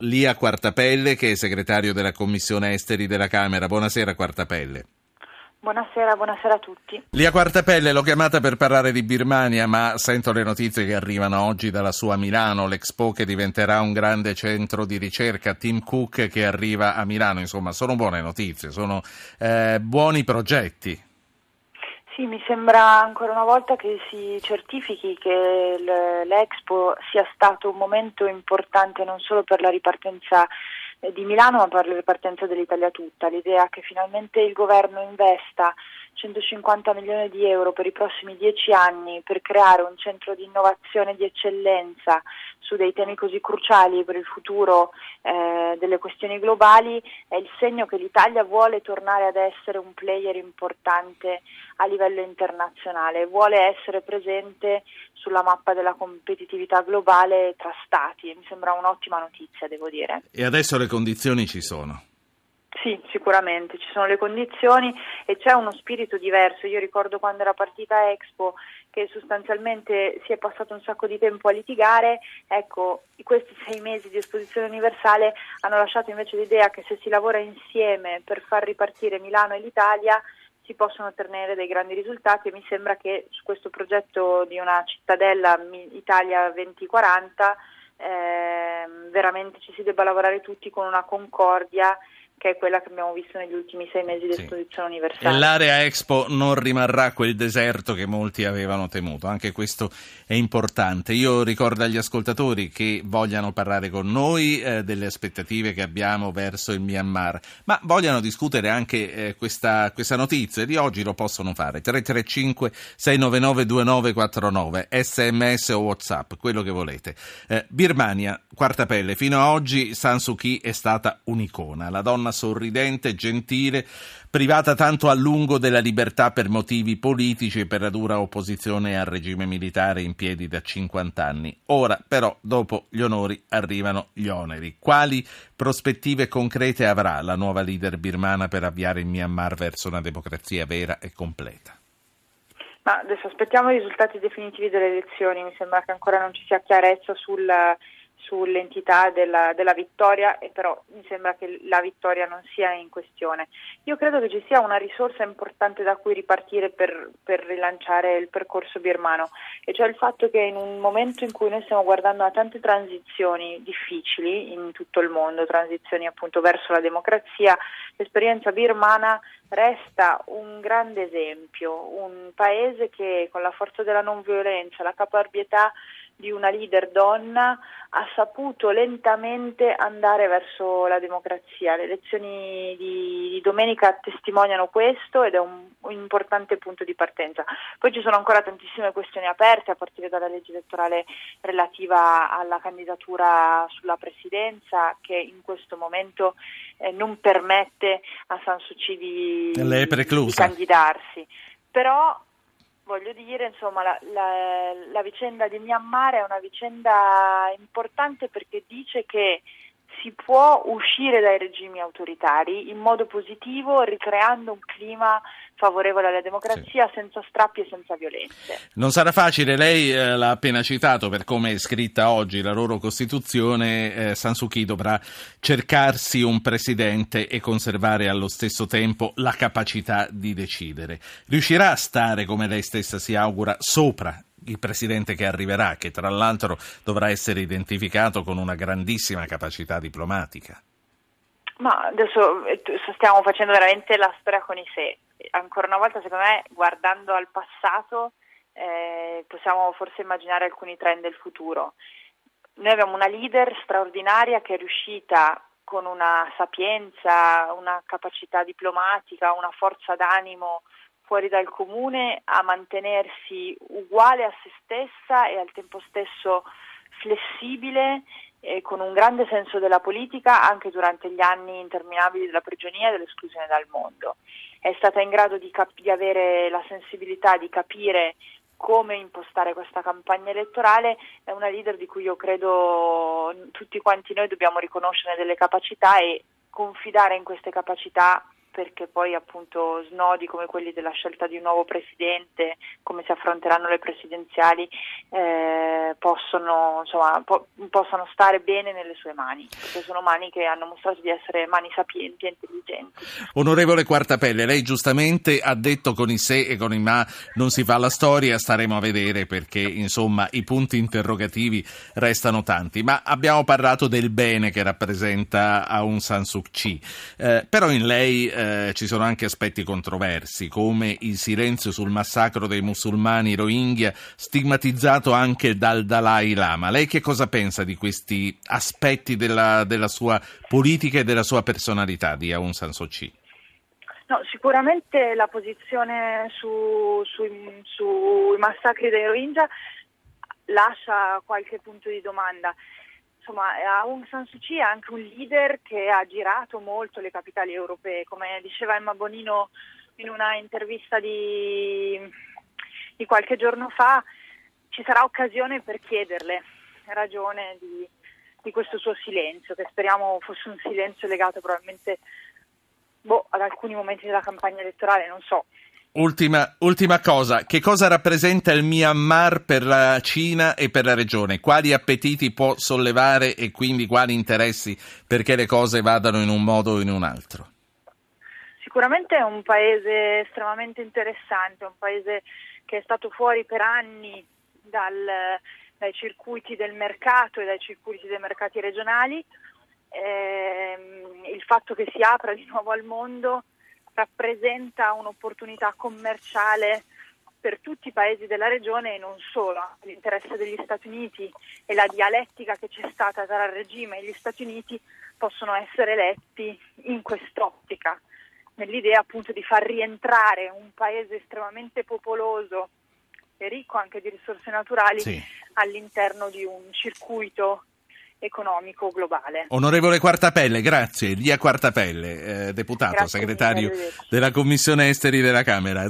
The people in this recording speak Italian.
Lia Quartapelle, che è segretario della Commissione Esteri della Camera. Buonasera Quartapelle. Buonasera a tutti. Lia Quartapelle, l'ho chiamata per parlare di Birmania, ma sento le notizie che arrivano oggi dalla sua Milano, l'Expo che diventerà un grande centro di ricerca, Tim Cook che arriva a Milano, insomma sono buone notizie, sono buoni progetti. Sì, mi sembra ancora una volta che si certifichi che l'Expo sia stato un momento importante non solo per la ripartenza di Milano, ma per la ripartenza dell'Italia tutta. L'idea che finalmente il governo investa 150 milioni di euro per i prossimi 10 anni per creare un centro di innovazione di eccellenza su dei temi così cruciali per il futuro delle questioni globali è il segno che l'Italia vuole tornare ad essere un player importante a livello internazionale, vuole essere presente sulla mappa della competitività globale tra stati. Mi sembra un'ottima notizia, devo dire. E adesso le condizioni ci sono. Sì, sicuramente ci sono le condizioni e c'è uno spirito diverso. Io ricordo quando era partita Expo che sostanzialmente si è passato un sacco di tempo a litigare. Ecco, questi 6 mesi di esposizione universale hanno lasciato invece l'idea che se si lavora insieme per far ripartire Milano e l'Italia si possono ottenere dei grandi risultati, e mi sembra che su questo progetto di una cittadella Italia 2040 veramente ci si debba lavorare tutti con una concordia che è quella che abbiamo visto negli ultimi 6 mesi di esposizione universale. E l'area Expo non rimarrà quel deserto che molti avevano temuto, anche questo è importante. Io ricordo agli ascoltatori che vogliano parlare con noi delle aspettative che abbiamo verso il Myanmar, ma vogliano discutere anche questa notizia di oggi, lo possono fare. 335 699 2949, SMS o WhatsApp, quello che volete. Birmania, Quartapelle, fino a oggi San Suu Kyi è stata un'icona, la donna sorridente, gentile, privata tanto a lungo della libertà per motivi politici e per la dura opposizione al regime militare in piedi da 50 anni. Ora però, dopo gli onori, arrivano gli oneri. Quali prospettive concrete avrà la nuova leader birmana per avviare il Myanmar verso una democrazia vera e completa? Ma adesso aspettiamo i risultati definitivi delle elezioni. Mi sembra che ancora non ci sia chiarezza sull'entità della vittoria, e però mi sembra che la vittoria non sia in questione. Io credo che ci sia una risorsa importante da cui ripartire per rilanciare il percorso birmano, e cioè il fatto che in un momento in cui noi stiamo guardando a tante transizioni difficili in tutto il mondo, transizioni appunto verso la democrazia, l'esperienza birmana resta un grande esempio, un paese che con la forza della non violenza, la caparbietà di una leader donna ha saputo lentamente andare verso la democrazia. Le elezioni di domenica testimoniano questo ed è un importante punto di partenza. Poi ci sono ancora tantissime questioni aperte, a partire dalla legge elettorale relativa alla candidatura sulla presidenza, che in questo momento non permette a San Suu Kyi di candidarsi. Però voglio dire, insomma, la vicenda di Myanmar è una vicenda importante perché dice che si può uscire dai regimi autoritari in modo positivo, ricreando un clima favorevole alla democrazia, senza strappi e senza violenze. Non sarà facile, lei l'ha appena citato, per come è scritta oggi la loro Costituzione, San Suu Kyi dovrà cercarsi un presidente e conservare allo stesso tempo la capacità di decidere. Riuscirà a stare, come lei stessa si augura, sopra il presidente che arriverà, che tra l'altro dovrà essere identificato con una grandissima capacità diplomatica? Ma adesso stiamo facendo veramente la storia con i sé. Ancora una volta, secondo me, guardando al passato, possiamo forse immaginare alcuni trend del futuro. Noi abbiamo una leader straordinaria che è riuscita con una sapienza, una capacità diplomatica, una forza d'animo fuori dal comune a mantenersi uguale a se stessa e al tempo stesso flessibile, con un grande senso della politica anche durante gli anni interminabili della prigionia e dell'esclusione dal mondo. È stata in grado di avere la sensibilità di capire come impostare questa campagna elettorale. È una leader di cui io credo tutti quanti noi dobbiamo riconoscere delle capacità e confidare in queste capacità perché poi appunto snodi come quelli della scelta di un nuovo presidente, come si affronteranno le presidenziali, possono stare bene nelle sue mani, perché sono mani che hanno mostrato di essere mani sapienti e intelligenti. Onorevole Quartapelle, lei giustamente ha detto con i se e con i ma non si fa la storia, staremo a vedere perché insomma i punti interrogativi restano tanti, ma abbiamo parlato del bene che rappresenta Aung San Suu Kyi, però in lei ci sono anche aspetti controversi come il silenzio sul massacro dei musulmani Rohingya stigmatizzato anche dal Dalai Lama. Lei che cosa pensa di questi aspetti della sua politica e della sua personalità di Aung San Suu Kyi? No, sicuramente la posizione sui massacri dei Rohingya lascia qualche punto di domanda. Insomma, Aung San Suu Kyi è anche un leader che ha girato molto le capitali europee, come diceva Emma Bonino in una intervista di qualche giorno fa. Ci sarà occasione per chiederle ragione di questo suo silenzio, che speriamo fosse un silenzio legato probabilmente ad alcuni momenti della campagna elettorale, non so. Ultima cosa, che cosa rappresenta il Myanmar per la Cina e per la regione? Quali appetiti può sollevare e quindi quali interessi perché le cose vadano in un modo o in un altro? Sicuramente è un paese estremamente interessante, un paese che è stato fuori per anni dai circuiti del mercato e dai circuiti dei mercati regionali. Il fatto che si apra di nuovo al mondo rappresenta un'opportunità commerciale per tutti i paesi della regione e non solo. L'interesse degli Stati Uniti e la dialettica che c'è stata tra il regime e gli Stati Uniti possono essere letti in quest'ottica, nell'idea appunto di far rientrare un paese estremamente popoloso e ricco anche di risorse naturali all'interno di un circuito economico globale. Onorevole Quartapelle, grazie. Lia Quartapelle, deputato, Grazie segretario mille, della Commissione Esteri della Camera.